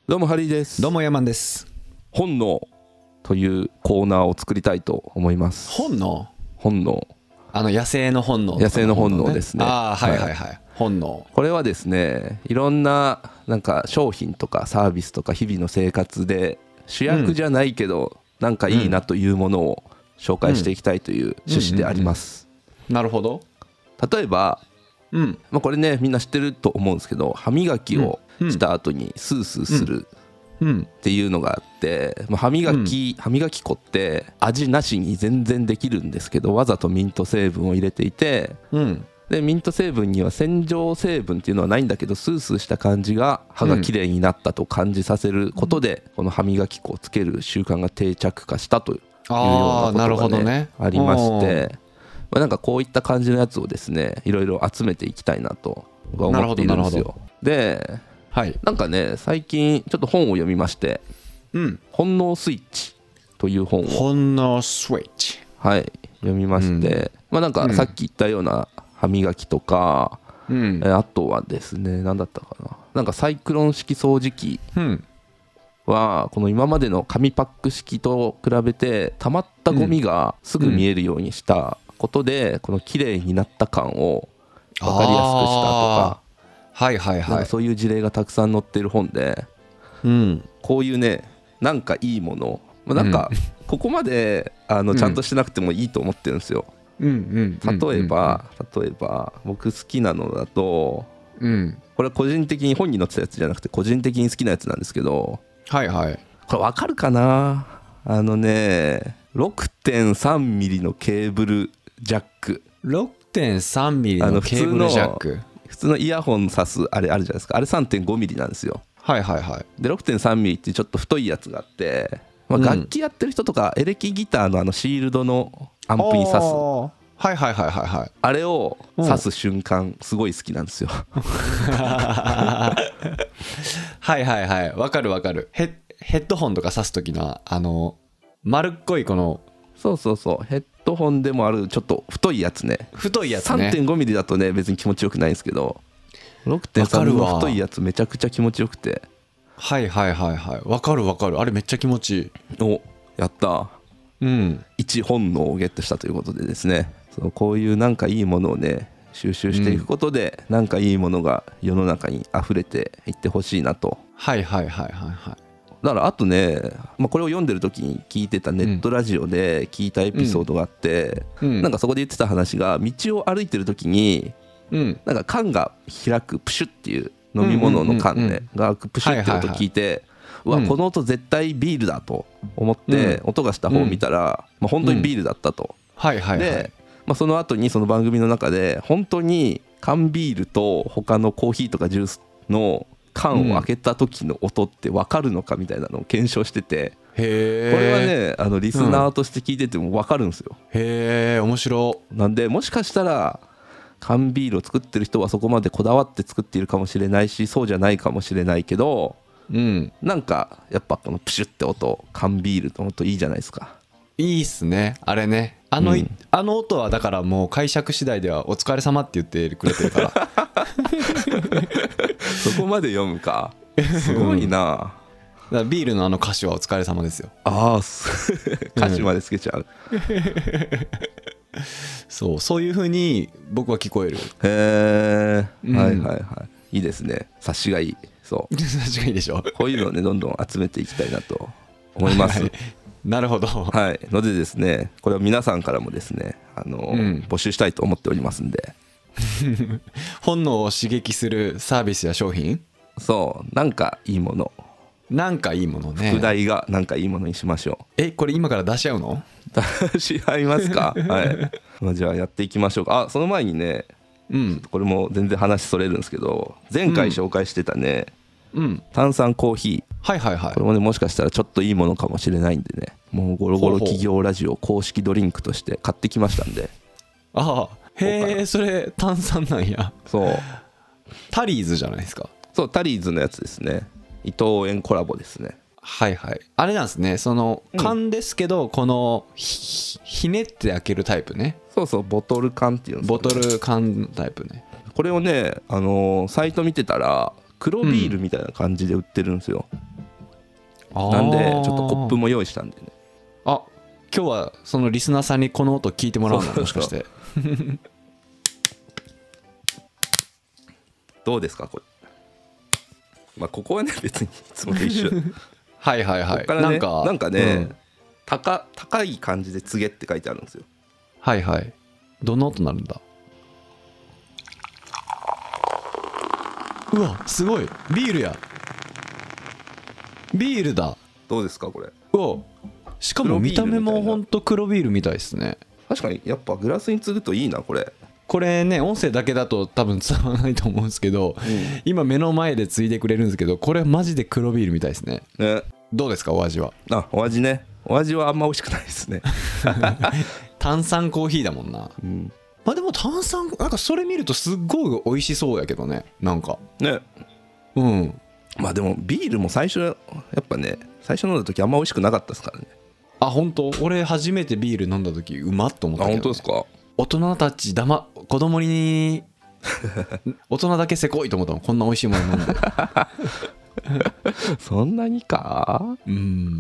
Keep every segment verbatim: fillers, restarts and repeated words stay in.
どうもハリーです。 どうもヤマンです。 本能というコーナーを作りたいと思います。 本能本能あの野生の本能、ね、 野生の本能ですね。 ああはいはいはい、はい、本能。 これはですね、いろんななんか商品とかサービスとか日々の生活で主役じゃないけど、うん、なんかいいなというものを紹介していきたいという趣旨であります。 なるほど。 例えば、うんまあ、これねみんな知ってると思うんですけど、歯磨きをした後にスースーするっていうのがあって、まあ、歯磨き、歯磨き粉って味なしに全然できるんですけど、わざとミント成分を入れていて、でミント成分には洗浄成分っていうのはないんだけど、スースーした感じが歯がきれいになったと感じさせることで、この歯磨き粉をつける習慣が定着化したというようなことがねありまして、まあ、なんかこういった感じのやつをですねいろいろ集めていきたいなと思っているんですよ。で、はい、なんかね最近ちょっと本を読みまして、うん、本能スイッチという本を本能スイッチはい読みまして、うん、まあなんかさっき言ったような歯磨きとか、うん、あとはですね何だったかな、なんかサイクロン式掃除機はこの今までの紙パック式と比べて溜まったゴミがすぐ見えるようにしたことで、この綺麗になった感を分かりやすくしたとか、 はいはいはい、 そういう事例がたくさん載ってる本で、うん、こういうねなんかいいもの、まあ、なんかここまであのちゃんとしてなくてもいいと思ってるんですよ。例えば例えば僕好きなのだと、うん、これは個人的に本に載ってたやつじゃなくて個人的に好きなやつなんですけど、はいはい、これ分かるかな、あのね ろくてんさんミリのケーブルジャック、 ろくてんさんミリのケーブルジャック、 普通のイヤホン挿すあれあるじゃないですか、あれ さんてんごミリなんですよ。 はいはいはい。 で ろくてんさんミリってちょっと太いやつがあって、まあ、楽器やってる人とかエレキギターのあのシールドのアンプに挿す、 はいはいはいはいはい、 あれを挿す瞬間すごい好きなんですよ。 はいはいはい、わかるわかる。ヘヘッドホンとか挿す時のあの丸っこいこの、 そうそうそう、ヘッドホンでもあるちょっと太いやつね、 太いやつねさんてんごミリだとね別に気持ちよくないんですけど、ろくてんさんミリの太いやつめちゃくちゃ気持ちよくて、 はいはいはいはい、わかるわかる、あれめっちゃ気持ちいい。 おやった、うん、いち本能をゲットしたということでですね、そうこういうなんかいいものをね収集していくことで、うん、なんかいいものが世の中に溢れていってほしいなと。 はいはいはいはいはい。 だからあとね、まあ、これを読んでる時に聞いてたネットラジオで聞いたエピソードがあって、うん、なんかそこで言ってた話が、道を歩いてる時に、うん、なんか缶が開くプシュっていう飲み物の缶ねがプシュって音聞いて、うわこの音絶対ビールだと思って音がした方を見たら、まあ、本当にビールだったと。で、まあ、その後にその番組の中で本当に缶ビールと他のコーヒーとかジュースの缶を開けた時の音って分かるのかみたいなのを検証してて、へこれはねあのリスナーとして聞いてても分かるんですよ。 へえ面白い。 なんでもしかしたら缶ビールを作ってる人はそこまでこだわって作っているかもしれないし、そうじゃないかもしれないけど、うん、なんかやっぱこのプシュって音、缶ビールの音いいじゃないですか。 いいっすねあれね、あの、うん、あの音はだからもう解釈次第ではお疲れ様って言ってくれてるからそこまで読むか、すごいな。だからビールのあの歌詞はお疲れ様ですよ。 ああ歌詞までつけちゃう、うん、 そうそういう風に僕は聞こえる。 へえ、うん、はいはいはい、いいですね、察しがいい。そう察しがいいでしょ。 こういうのをねどんどん集めていきたいなと思います、はい、 なるほど、 はい、のでですねこれを皆さんからもですねあの、うん、募集したいと思っておりますんで本能を刺激するサービスや商品、 そうなんかいいもの、 なんかいいものね、 副題がなんかいいものにしましょう。 えこれ今から出し合うの？ 出し合いますかはい、まあ、じゃあやっていきましょうか。あその前にね、うん、これも全然話それるんですけど、前回紹介してたね、うん、炭酸コーヒー、はいはいはい、これもねもしかしたらちょっといいものかもしれないんでね、もうゴロゴロ企業ラジオ公式ドリンクとして買ってきましたんで。 ああへえ、それ炭酸なんや。そうタリーズじゃないですか。 そうタリーズのやつですね、伊藤園コラボですね。 はいはい、あれなんですね、その缶ですけど、うん、この ひ, ひねって開けるタイプね。 そうそうボトル缶っていうんですか、ね、 ボトル缶タイプね。 これをね、あのー、サイト見てたら黒ビールみたいな感じで売ってるんですよ、 なんでちょっとコップも用意したんでね。 あ、今日はそのリスナーさんにこの音聞いてもらうのもしかしてどうですかこれ。まあここはね別にいつもと一緒はいはいはい。 ここからね、なんかなんかね、うん、高, 高い感じで告げって書いてあるんですよ。 はいはい。どんな音なるんだ。うわすごい、ビールや、ビールだ。 どうですかこれ。 うわ、しかも見た目もほんと黒ビールみたいですね。 確かにやっぱグラスに継ぐといいなこれ。 これね音声だけだと多分伝わらないと思うんですけど、うん、今目の前で継いでくれるんですけど、これマジで黒ビールみたいですね。ね、どうですかお味は。 あ、お味ね、お味はあんま美味しくないですね炭酸コーヒーだもんな、うん、まあでも炭酸なんかそれ見るとすっごい美味しそうやけどね、なんかね。うん。 まあでもビールも最初やっぱね、最初飲んだ時あんま美味しくなかったですからね。 あ、本当。俺初めてビール飲んだ時うまっと思ったけど、ね、 あ、本当ですか。 大人たちだま子供に大人だけせこいと思ったもん、こんな美味しいもの飲んでそんなにか。うん。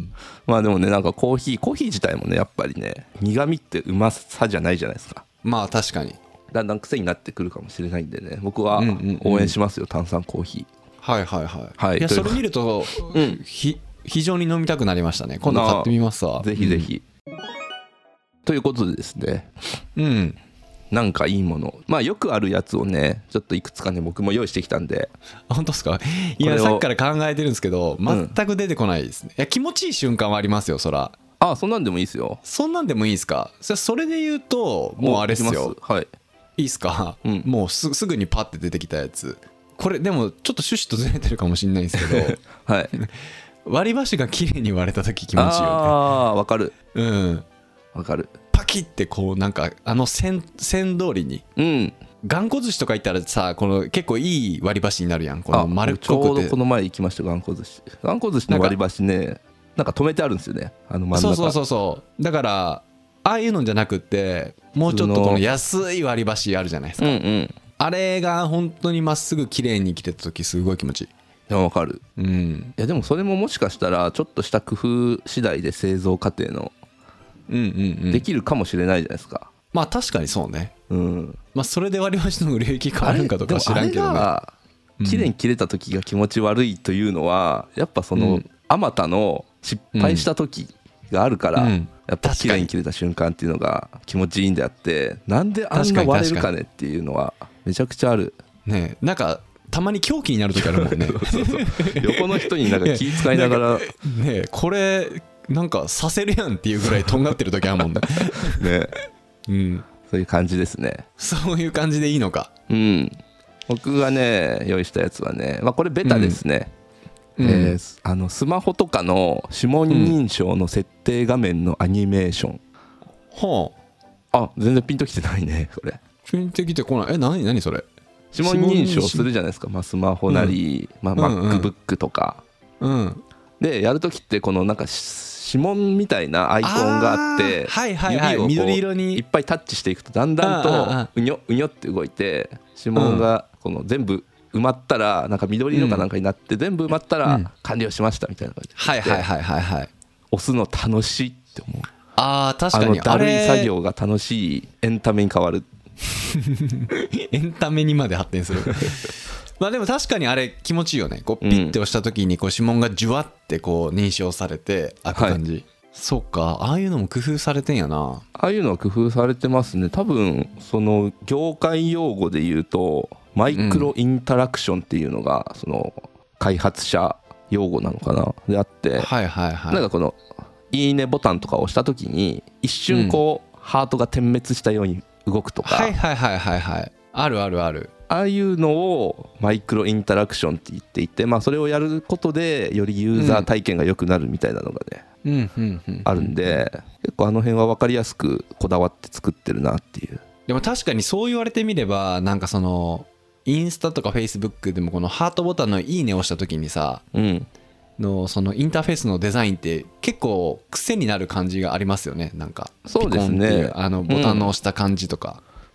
まあでもね、なんかコーヒーコーヒー自体もねやっぱりね苦味ってうまさじゃないじゃないですか。 まあ確かにだんだん癖になってくるかもしれないんでね、僕は応援しますよ、うんうんうん、炭酸コーヒー。 はいはいはい、はい、いやそれ見ると、うん、ひ非常に飲みたくなりましたね。今度買ってみますわ。 ぜひぜひ、うん、ということでですね、うん、なんかいいもの、まあよくあるやつをねちょっといくつかね僕も用意してきたんで。 本当ですか。いやさっきから考えてるんですけど全く出てこないですね、うん、いや気持ちいい瞬間はありますよそら。 あ、そんなんでもいいですよ。 そんなんでもいいですか。それで言うともうあれですよ。 はい、 いいっすか、うん、もう す, すぐにパッて出てきたやつ。これでもちょっと趣旨とずれてるかもしれないんですけどはい割り箸が綺麗に割れた時気持ちいいよね。 あーわかる。 うんわかる。 パキってこうなんかあの線線通りに、うん、頑固寿司とか行ったらさこの結構いい割り箸になるやん。この丸っこくて。ちょうどこの前行きました頑固寿司。頑固寿司の割り箸ねなんか止めてあるんですよね、あの真ん中。 そうそうそうそう。だからああいうのじゃなくってもうちょっとこの安い割り箸あるじゃないですか、うんうん、あれが本当にまっすぐ綺麗に切れた時すごい気持ちいい。 いやわかる、うん、いやでもそれももしかしたらちょっとした工夫次第で製造過程のできるかもしれないじゃないですか。 まあ確かにそうね、うん、まあそれで割り箸の売れ行き変わるんかとか知らんけどね。 綺麗に切れた時が気持ち悪いというのはやっぱそのあまたの失敗した時があるから、うん、やっぱ綺麗に切れた瞬間っていうのが気持ちいいんであって、なんであんな割れるかねっていうのはめちゃくちゃあるね。なんかたまに狂気になる時あるもんねそうそう横の人になんか気遣いながらねこれなんかさせるやんっていうぐらいとんがってる時あるもんねね、うん、そういう感じですね。 そういう感じでいいのか。 うん。僕がね用意したやつはね、まあ、これベタですね、うんえー、あのスマホとかの指紋認証の設定画面のアニメーション、 うん、はああ全然ピンときてないねこれ。 ピンときてこない。え何何それ。 指紋認証するじゃないですか、まあ、スマホなり、うんまあ、MacBook とか、うんうん、でやるときってこのなんか指紋みたいなアイコンがあって、 はいはいはい、指をこう緑色にいっぱいタッチしていくとだんだんとうにょうにょって動いて指紋がこの全部埋まったらなんか緑色かなんかになって全部埋まったら完了しましたみたいな感じで、 はいはいはいはいはい、 押すの楽しいって思う。 あー確かにあのだるい作業が楽しいエンタメに変わるエンタメにまで発展するまあでも確かにあれ気持ちいいよね。こうピッて押した時にこう指紋がジュワってこう認証されて開く感じ、はい、そうか。ああいうのも工夫されてんやな。 ああいうのは工夫されてますね。多分その業界用語で言うとマイクロインタラクションっていうのがその開発者用語なのかなであって、 はいはいはい、 なんかこのいいねボタンとかを押した時に一瞬こう、うん、ハートが点滅したように動くとか、 はいはいはいはいはいあるあるある。 ああいうのをマイクロインタラクションって言っていて、まあそれをやることでよりユーザー体験が良くなるみたいなのがね、うんうんうんうん、あるんで結構あの辺は分かりやすくこだわって作ってるなっていう。 でも確かにそう言われてみればなんかそのインスタとかフェイスブックでもこのハートボタンのいいねを押した時にさ、うん、のそのインターフェースのデザインって結構癖になる感じがありますよね。なんかそうですね、 あのボタンの押した感じとか、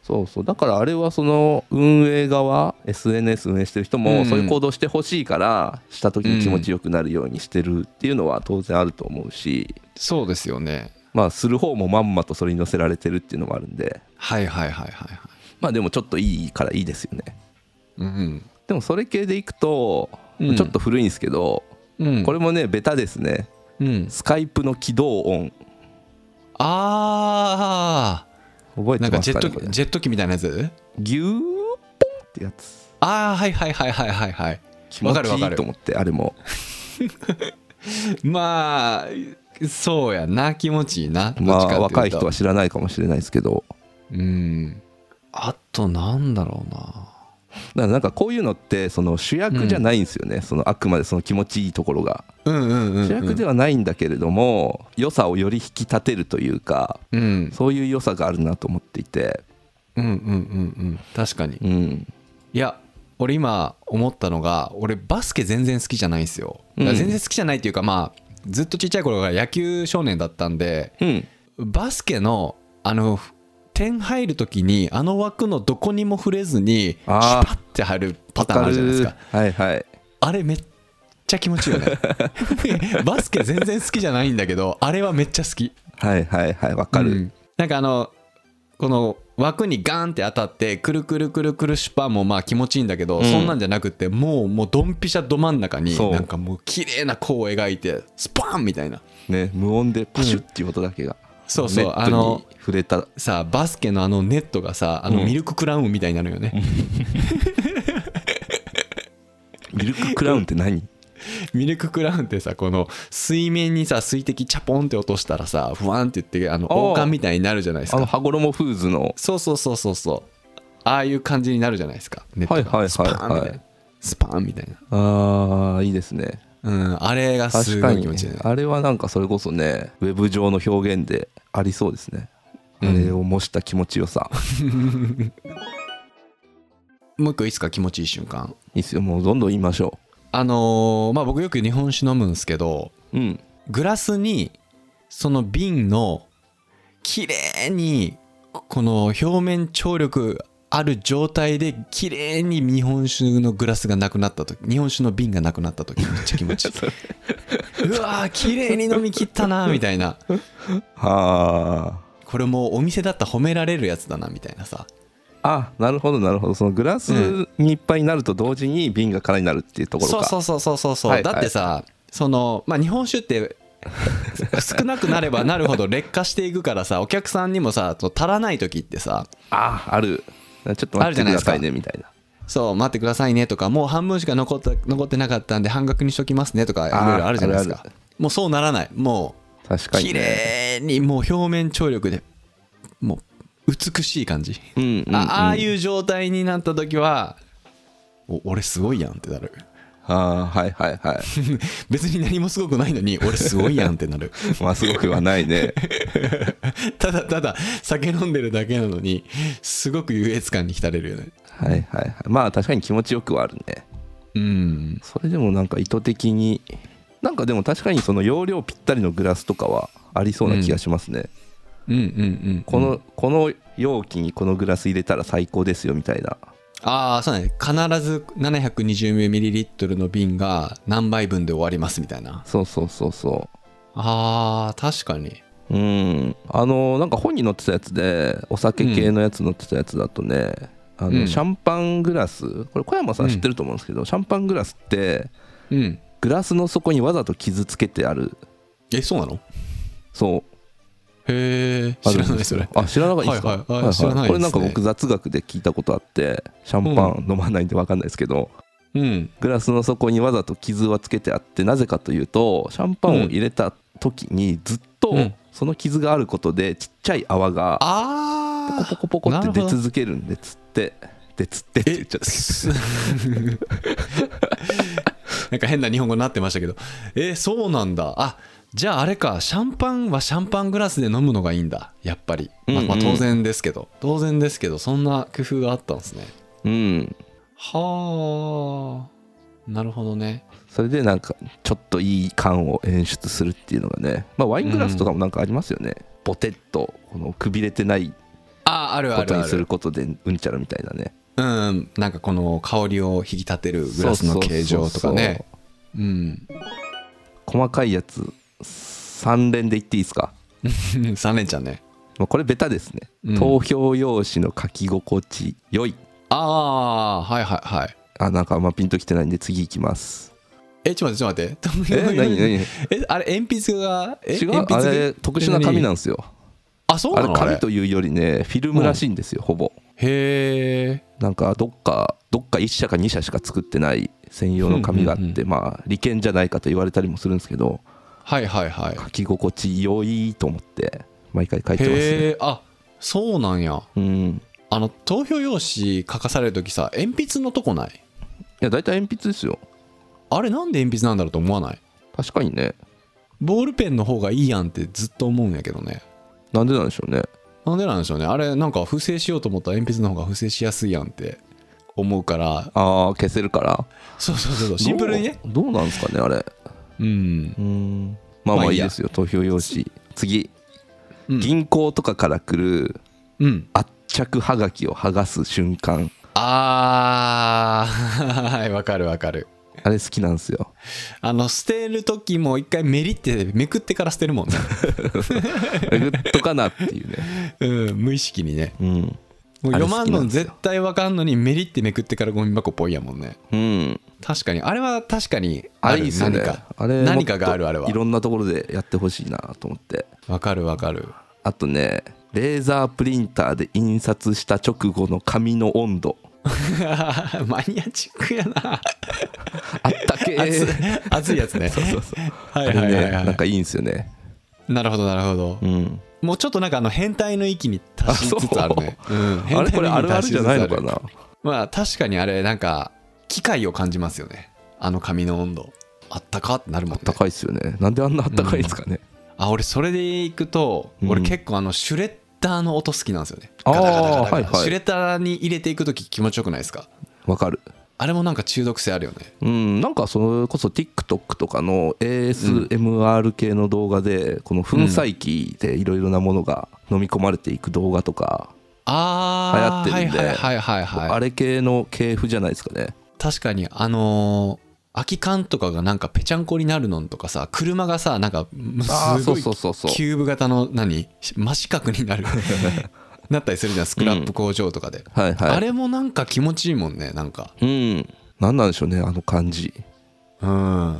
そうそう、だからあれはその運営側 エスエヌエス 運営してる人もそういう行動してほしいからした時に気持ちよくなるようにしてるっていうのは当然あると思うし、 そうですよね。 まあする方もまんまとそれに乗せられてるっていうのもあるんで、 はいはいはいはいはい。 まあでもちょっといいからいいですよね。 うん、 でもそれ系でいくとうん、 ちょっと古いんですけど、うん、これもねベタですね、うん、スカイプの起動音。 ああ覚えてますかね。 なんかジェット、ジェット機みたいなやつ、 ギューポンってやつ。 ああはいはいはいはいはいはい。 気持ちいいと思って、あれもまあそうやな、気持ちいいな。 まあ若い人は知らないかもしれないですけど、 うん、あとなんだろうな、 だからなんかこういうのってその主役じゃないんですよね、うん、そのあくまでその気持ちいいところが、うんうんうんうん、主役ではないんだけれども良さをより引き立てるというか、うん、そういう良さがあるなと思っていて、 うんうんうんうん、確かに、うん、いや俺今思ったのが、俺バスケ全然好きじゃないんですよ。全然好きじゃないっていうか、まあずっとちっちゃい頃から野球少年だったんで、うん、バスケのあの点入るときにあの枠のどこにも触れずにシュパッて入るパターンあるじゃないですか。 はいはい、 あれめっちゃ気持ちいいよねバスケ全然好きじゃないんだけど、あれはめっちゃ好き。 はいはいはい、わかる、うん、 なんかあのこの枠にガーンって当たってくるくるくるくるシュパもまあ気持ちいいんだけど、うん、そんなんじゃなくてもうもうドンピシャど真ん中になんかもう綺麗な弧を描いてスパーンみたいなね、無音でパシュッっていう音だけが、うん、 そうそう、 ネットに触れたさあバスケのあのネットがさ、あのミルククラウンみたいになるよね、 うん、ミルククラウンって何？ ミルククラウンってさ、この水面にさ水滴チャポンって落としたらさフワンって言ってあの王冠みたいになるじゃないですか。 あの羽衣フーズの、 そうそうそうそうそう、ああいう感じになるじゃないですか、ネットが、はいはいはいはい、スパーンみたいな、スパーンみたいな。 ああいいですね、 うん、あれがすごい気持ちいいね。 あれはなんかそれこそねウェブ上の表現でありそうですね、あれを模した気持ちよさ、うん、もう一個いいですか、気持ちいい瞬間。 いいっすよ、もうどんどん言いましょう。 あのー、まあ僕よく日本酒飲むんですけど、うん、グラスにその瓶の綺麗にこの表面張力ある状態で綺麗に日本酒のグラスがなくなった時、日本酒の瓶がなくなった時めっちゃ気持ちいいうわー綺麗に飲み切ったなみたいなはー、これもうお店だったら褒められるやつだなみたいなさ。 あ、なるほどなるほど、そのグラスにいっぱいになると同時に瓶が空になるっていうところか。 そうそうそうそうそう、はいはい、だってさ、そのまあ日本酒って少なくなればなるほど劣化していくからさ、お客さんにもさ足らない時ってさ、 あある、ちょっと待ってくださいねみたいな、 そう待ってくださいねとか、もう半分しか残った残ってなかったんで半額にしときますねとかいろいろあるじゃないですか。あるある、もうそうならない、もう確かに、ね、綺麗にもう表面張力でもう美しい感じ、うんうんうん、あ, ああいう状態になった時はお俺すごいやんってなる。 あはいはいはい別に何もすごくないのに俺すごいやんってなるまあすごくはないねただただ酒飲んでるだけなのにすごく優越感に浸れるよね。 はいはいはい、まあ確かに気持ちよくはあるね。うん、それでもなんか意図的になんかでも確かにその容量ぴったりのグラスとかはありそうな気がしますね。うんうんうんうん、このこの容器にこのグラス入れたら最高ですよみたいな。 ああそうね、必ず ななひゃくにじゅうミリリットル の瓶が何杯分で終わりますみたいな。 そうそうそうそう。 あー確かに。 うん、あのなんか本に載ってたやつでお酒系のやつ載ってたやつだとね、うん、あのシャンパングラス、これ小山さん知ってると思うんですけど、うん、シャンパングラスって、うん、グラスの底にわざと傷つけてある。 えそうなの？ そうへえ、知らないそれ。 あ知らなかったですか。はいはいはいはい、知らないですね。これなんか僕雑学で聞いたことあって、シャンパン飲まないんで分かんないですけど、うん、グラスの底にわざと傷はつけてあって、なぜかというとシャンパンを入れた時にずっとその傷があることでちっちゃい泡がポコポコポコって出続けるんでつってでつってって言っちゃったなんか変な日本語になってましたけど、えそうなんだ。あじゃああれか、シャンパンはシャンパングラスで飲むのがいいんだやっぱり、うんうん、まあ、まあ当然ですけど当然ですけどそんな工夫があったんですね。うんはあなるほどね。 それでなんかちょっといい感を演出するっていうのがね、まあ、ワイングラスとかもなんかありますよね、うん、ポテッとこのくびれてないああるあるあることにすることでうんちゃらみたいなね。 うん、なんかこの香りを引き立てるグラスの形状とかね。うん。 細かいやつさん連で言っていいですか？ さん連ちゃんね。 これベタですね、うん、投票用紙の書き心地良い。 ああはいはいはい。 あなんかあんまピンときてないんで次いきます。 えちょっと待ってちょっと待ってえ何何えあれ鉛筆がえ違うあれ特殊な紙なんですよ。 あそうなの？ あれ紙というよりねフィルムらしいんですよ、うん、ほぼ。 へえ。 なんかどっかどっかいっ社かに社しか作ってない専用の紙があって、うんうんうん、まあ利権じゃないかと言われたりもするんですけど、 はいはいはい、 書き心地良いと思って毎回書いてますね。 へえ。あそうなんや。 うん。 あの投票用紙書かされるときさ鉛筆のとこない？いや大体鉛筆ですよ。 あれなんで鉛筆なんだろうと思わない？ 確かにね。 ボールペンの方がいいやんってずっと思うんやけどね。 なんでなんでしょうね。 なんでなんでしょうね。あれなんか不正しようと思ったら鉛筆の方が不正しやすいやんって思うから。 ああ消せるから。 そうそうそうシンプルにね。 どうなんですかねあれ。 うん。 うんまあまあいいですよ、投票用紙。次、うん、銀行とかから来る、うん、圧着はがきを剥がす瞬間。 あーはいわかるわかる。 あれ好きなんですよ。 あの捨てる時も一回メリってめくってから捨てるもんね。 めくっとかなっていうね、 うん、無意識にね、うん、もう読まんの絶対わかんのにメリってめくってからゴミ箱ぽいやもんね。うん、確かにあれは確かにある。あれいいっすよね。何かあれ何かがある。あれはいろんなところでやってほしいなと思って。 わかるわかる。 あとねレーザープリンターで印刷した直後の紙の温度。 マニアチックやな。 あったけー熱いやつね。 そうそうそうはいはいはい、はい、ね、なんかいいんすよね。 なるほどなるほど、うん、もうちょっとなんかあの変態の域に達しつつあるね。うん、 あれこれあるあるじゃないのかな。 まあ確かにあれなんか機械を感じますよね。あの紙の温度あったかってなるもんね。 あったかいっすよね。なんであんなあったかいんですかね、 うん、あ俺それでいくと、うん、俺結構あのシュレッダーの音好きなんですよね。 ガタガタガタガタ、はいはい、 シュレッダーに入れていくとき気持ちよくないですか？ わかる。 あれもなんか中毒性あるよね。 うん、なんかそれこそ TikTok とかの エーエスエムアール 系の動画でこの粉砕機でいろいろなものが飲み込まれていく動画とか流行ってるんで、あれ系の系譜じゃないですかね。 確かにあのー空き缶とかがなんかぺちゃんこになるのとかさ、車がさなんかすごいキューブ型の何真四角になるなったりするじゃん、スクラップ工場とかで、うんはいはい、あれもなんか気持ちいいもんね。なんかうんなんなんでしょうねあの感じ。うん、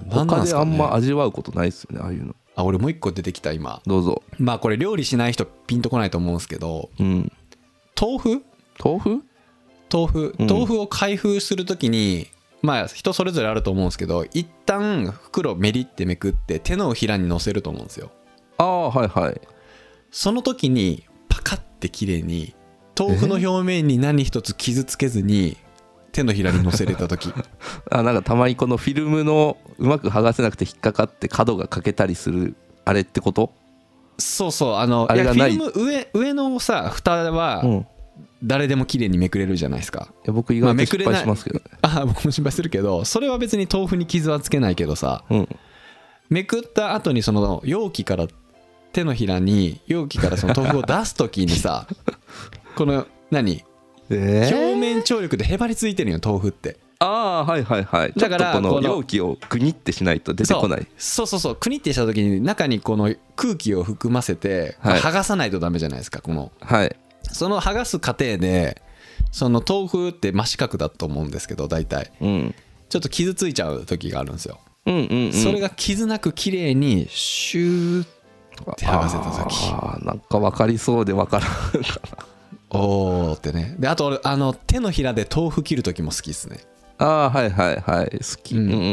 他であんま味わうことないですよねああいうの。 あ俺もう一個出てきた今。 どうぞ。 まあこれ料理しない人ピンとこないと思うんですけど、うん、豆腐豆腐豆腐、うん、豆腐を開封するときにまあ人それぞれあると思うんですけど、一旦袋メリってめくって手のひらに乗せると思うんですよ。 ああはいはい。 その時にパカッて綺麗に豆腐の表面に何一つ傷つけずに手のひらに乗せれた時あなんかたまにこのフィルムのうまく剥がせなくて引っかかって角が欠けたりするあれってこと？ そうそうあのあれがない。いやフィルム 上, 上のさ蓋は、うん誰でも綺麗にめくれるじゃないですか。 いや僕意外と失敗しますけどね、 まあ、あ僕も心配するけどそれは別に豆腐に傷はつけないけどさ、うん、めくった後にその容器から手のひらに容器からその豆腐を出す時にさこの何、えー、表面張力でへばりついてるよ豆腐って。 ああはいはいはい。だからこの容器をグニってしないと出てこない。 そうそうそうクニってした時に中にこの空気を含ませて剥がさないとダメじゃないですか。このはいその剥がす過程でその豆腐って真四角だと思うんですけど大体、うん、ちょっと傷ついちゃう時があるんですよ、うんうんうん、それが傷なく綺麗にシューって剥がせた時あーなんか分かりそうで分からんかなおーってね。であとあの手のひらで豆腐切る時も好きですね。 ああはいはいはい好き、うんうん、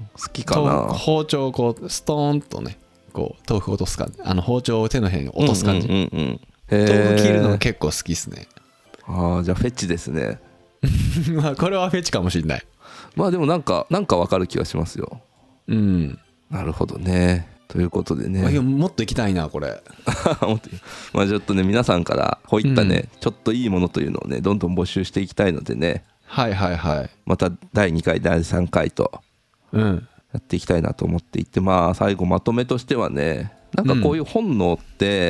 好きかな。 包丁をこうストーンとねこう豆腐を落とす感じ、あの包丁を手のひらに落とす感じ、うんうんうんうん豆腐切るのが結構好きですね。 ああじゃあフェチですねまあこれはフェチかもしれない。 まあでもなんかなんか分かる気がしますよ。うんなるほどね。ということでね、 もっと行きたいなこれまあちょっとね皆さんからこういったね、うん、ちょっといいものというのをねどんどん募集していきたいのでね。 はいはいはい。 まただいにかいだいさんかいとやっていきたいなと思っていて、まあ最後まとめとしてはねなんかこういう本能って、うん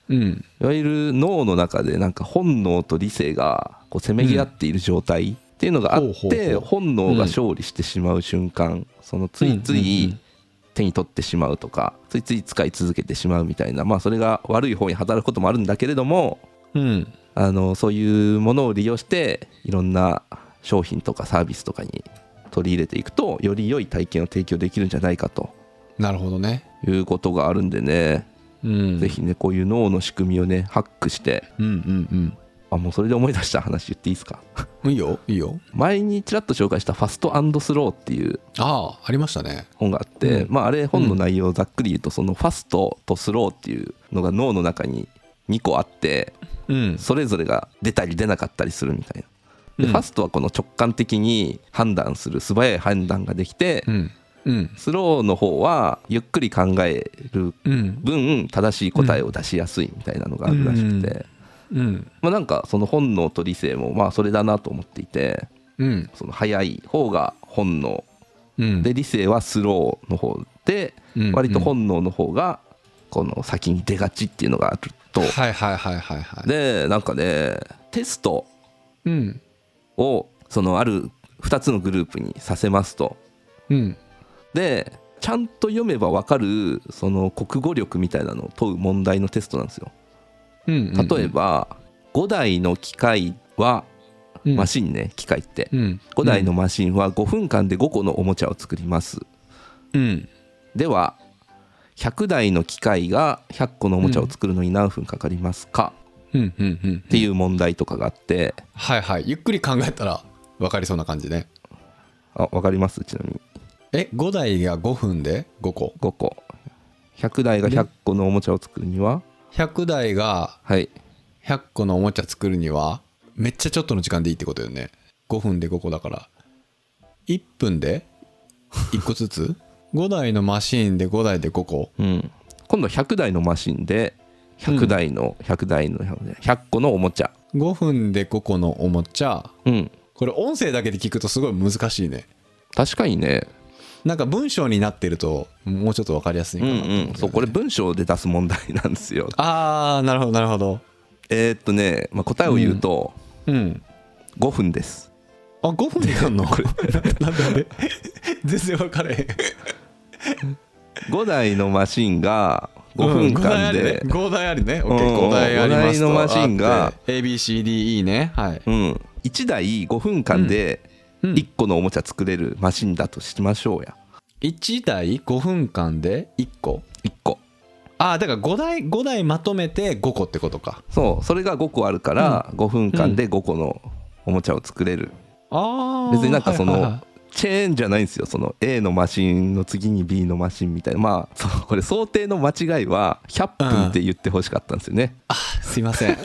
うん、 いわゆる脳の中でなんか本能と理性がこうせめぎ合っている状態っていうのがあって、本能が勝利してしまう瞬間、そのついつい手に取ってしまうとか、ついつい使い続けてしまうみたいな、まあそれが悪い方に働くこともあるんだけれども、 うん、 あのそういうものを利用していろんな商品とかサービスとかに取り入れていくと、より良い体験を提供できるんじゃないかと。 なるほどね。 いうことがあるんでね、うん、ぜひねこういう脳の仕組みをねハックして、 うんうんうん、 あもうそれで思い出した話言っていいですか？ いいよいいよ。 前にちらっと紹介したファスト&スローっていうああありましたね本があって、うん、まああれ本の内容をざっくり言うと、そのファストとスローっていうのが脳の中ににこあって、うん、それぞれが出たり出なかったりするみたいな。で、うん、ファストはこの直感的に判断する素早い判断ができて、うんうん、スローの方はゆっくり考える分正しい答えを出しやすいみたいなのがあるらしくて、うんうんまあ、なんかその本能と理性もまあそれだなと思っていて、うん、その早い方が本能、うん、で理性はスローの方で、うん、割と本能の方がこの先に出がちっていうのがあると、 はいはいはいはいはい。 でなんかねテストをそのあるふたつのグループにさせますと、うんでちゃんと読めば分かるその国語力みたいなのを問う問題のテストなんですよ、うんうんうん、例えばごだいの機械は、うん、マシンね機械って、うん、ごだいのマシンはごふんかんでごこのおもちゃを作ります、うん、ではひゃくだいの機械がひゃっこのおもちゃを作るのに何分かかりますか、うんうんうんうん、っていう問題とかがあって、 はいはいゆっくり考えたら分かりそうな感じね。 あ分かります？ちなみにえごだいがごふんでごこごこひゃくだいがひゃっこのおもちゃを作るにはひゃくだいがひゃっこのおもちゃ作るにはめっちゃちょっとの時間でいいってことよね。ごふんでごこだからいっぷんでいっこずつごだいのマシンでごだいでごこ、うん、 今度ひゃくだいのマシンでひゃくだいのひゃくだいのひゃっこのおもちゃ、 ごふんでごこのおもちゃ、うん、これ音声だけで聞くとすごい難しいね。 確かにね。 なんか文章になってるともうちょっと分かりやすいかなと思う、ね、うんうん、 そうこれ文章で出す問題なんですよ。 あーなるほどなるほど。 えー、っとね、まあ、答えを言うと、うんうん、ごふんです。 あごふんでやんの？これなんでなんで全然分かれへんごだいのマシンがごふんかんで、 うん、ごだいあるね。 OK ごだいありますと。 ごだいのマシンがエービーシーディーイー ね、はい、 うん、いちだいごふんかんでいっこのおもちゃ作れるマシンだとしましょうや。 いちだいごふんかんでいっこいっこ。 ああだからごだいごだいまとめてごこってことか。 そうそれがごこあるからごふんかんでごこのおもちゃを作れる、うん、あ別になんかその、はいはいはい、チェーンじゃないんですよ。その A のマシンの次に B のマシンみたいな。まあそうこれ想定の間違いはひゃっぷんって言ってほしかったんですよね、うん、 あすいませんい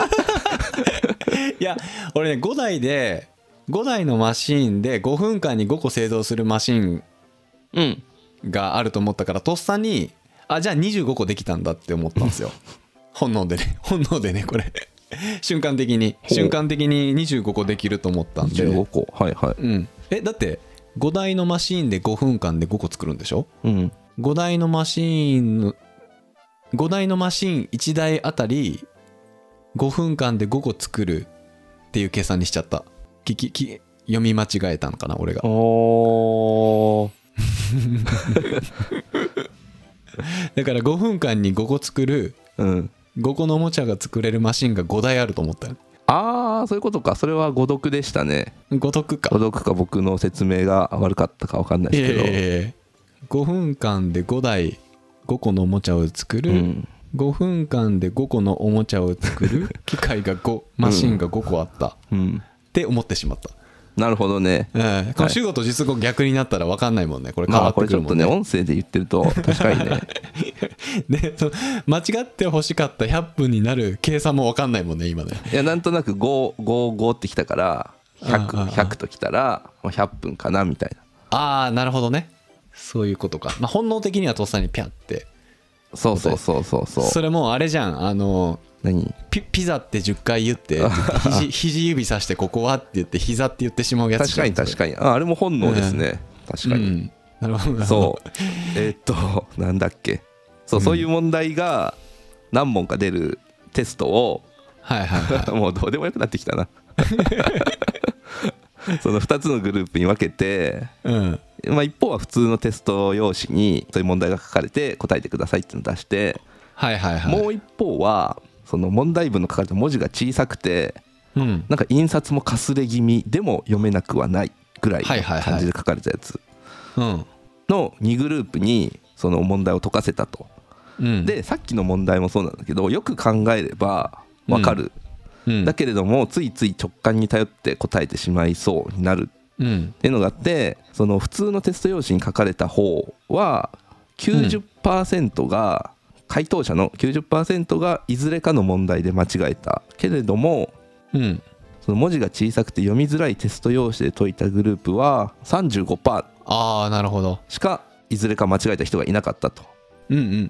や俺ねごだいでごだいのマシンでごふんかんにごこ製造するマシンがあると思ったからとっさにあじゃあにじゅうごこできたんだって思ったんですよ本能でね本能でねこれ瞬間的に瞬間的ににじゅうごこできると思ったんでにじゅうごこはいはい、 うん、えだってごだいのマシンでごふんかんでごこ作るんでしょ、うん、ごだいのマシンごだいのマシンいちだいあたりごふんかんでごこ作るっていう計算にしちゃった。聞きき読み間違えたのかな俺が。おだからごふんかんにごこ作る、うん、ごこのおもちゃが作れるマシンがごだいあると思ったよ。 ああそういうことか。それは誤読でしたね。 誤読か誤読か僕の説明が悪かったか分かんないですけど、えー、ごふんかんでごだいごこのおもちゃを作る、うん、ごふんかんでごこのおもちゃを作る機械がごマシンがごこあった、うんうんって思ってしまった。 なるほどね、 うん、この主語と実語逆になったら分かんないもんね。これ変わってくるもんね、まあ、これちょっとね音声で言ってると確かにねでその間違って欲しかったひゃっぷんになる計算も分かんないもんね今ね。 いやなんとなくご、ご、ごってきたからひゃく、ひゃくときたらひゃっぷんかなみたいな。ああなるほどねそういうことか。まあ、本能的にはとっさにピャってそうそうそうそうそう。 それもうあれじゃんあの何ピ, ピザってじゅっかい言って肘, 肘指さしてここはって言って膝って言ってしまうやつ。 確かに確かに あ, あれも本能ですね、うん、確かに、うん、 なるほどそうえー、っとなんだっけそう、うん、そういう問題が何問か出るテストを、 はいはいはい、 もうどうでもよくなってきたなそのふたつのグループに分けて、うんまあ、一方は普通のテスト用紙にそういう問題が書かれて答えてくださいっていうのを出して、 はいはいはい、 もう一方はその問題文の書かれた文字が小さくて、うん、なんか印刷もかすれ気味でも読めなくはないぐらいの感じで書かれたやつのにグループにその問題を解かせたと、うん、でさっきの問題もそうなんだけどよく考えれば分かる、うんうん、だけれどもついつい直感に頼って答えてしまいそうになるっていうのがあって、その普通のテスト用紙に書かれた方は きゅうじゅっパーセント が、うん、回答者の きゅうじゅっパーセント がいずれかの問題で間違えたけれども、うん、その文字が小さくて読みづらいテスト用紙で解いたグループは さんじゅうごパーセントあーなるほどしかいずれか間違えた人がいなかったと、 うんうんうんうん、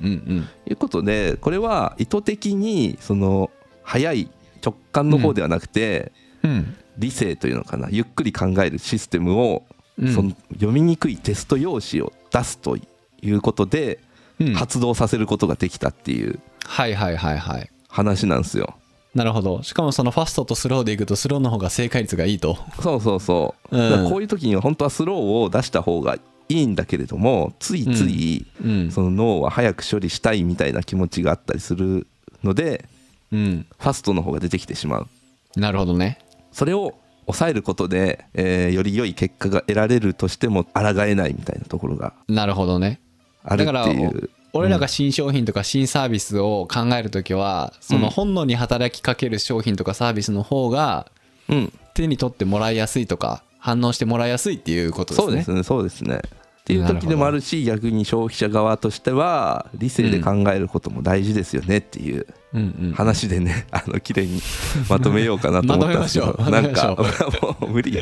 いうことでこれは意図的にその早い直感の方ではなくて、うん、理性というのかなゆっくり考えるシステムを、うん、その読みにくいテスト用紙を出すということで、うん、発動させることができたっていうはいはいはいはい話なんですよ。 なるほど。しかもそのファストとスローでいくとスローの方が正解率がいいと。 そうそうそう、うん、だからこういう時には本当はスローを出した方がいいんだけれどもついついその脳は早く処理したいみたいな気持ちがあったりするので、うん、ファストの方が出てきてしまう。 なるほどね。 それを抑えることで、えー、より良い結果が得られるとしても抗えないみたいなところがなるほどねあるっていう。だから俺らが新商品とか新サービスを考えるときは、うん、その本能に働きかける商品とかサービスの方が手に取ってもらいやすいとか反応してもらいやすいっていうことですね。 そうですねそうですねっていう時でもあるし逆に消費者側としては理性で考えることも大事ですよねっていう話でね、あの綺麗にまとめようかなと思ったんですけどなんかもう無理よ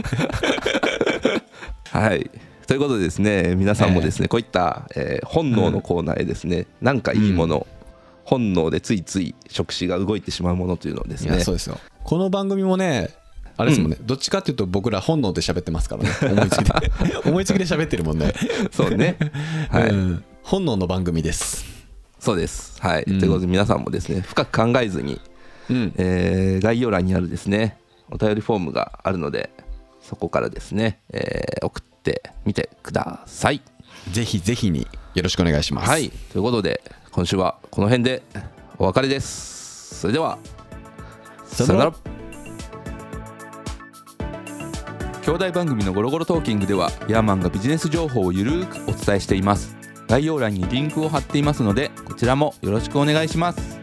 はいということでですね皆さんもですねこういったえ本能のコーナーへですねなんかいいもの本能でついつい触手が動いてしまうものというのをですね。 いやそうですよ。この番組もねあれですもんね、うん、どっちかっていうと僕ら本能で喋ってますからね思いつきで思いつきで喋ってるもんねそうね、はい、うん、 本能の番組です。 そうですはい、うん、ということで皆さんもですね深く考えずに、うんえー、概要欄にあるですねお便りフォームがあるのでそこからですね、えー、送ってみてください。 ぜひぜひによろしくお願いします。 はいということで今週はこの辺でお別れです。それではさよなら。兄弟番組のゴロゴロトーキングではヤーマンがビジネス情報をゆるーくお伝えしています。概要欄にリンクを貼っていますのでこちらもよろしくお願いします。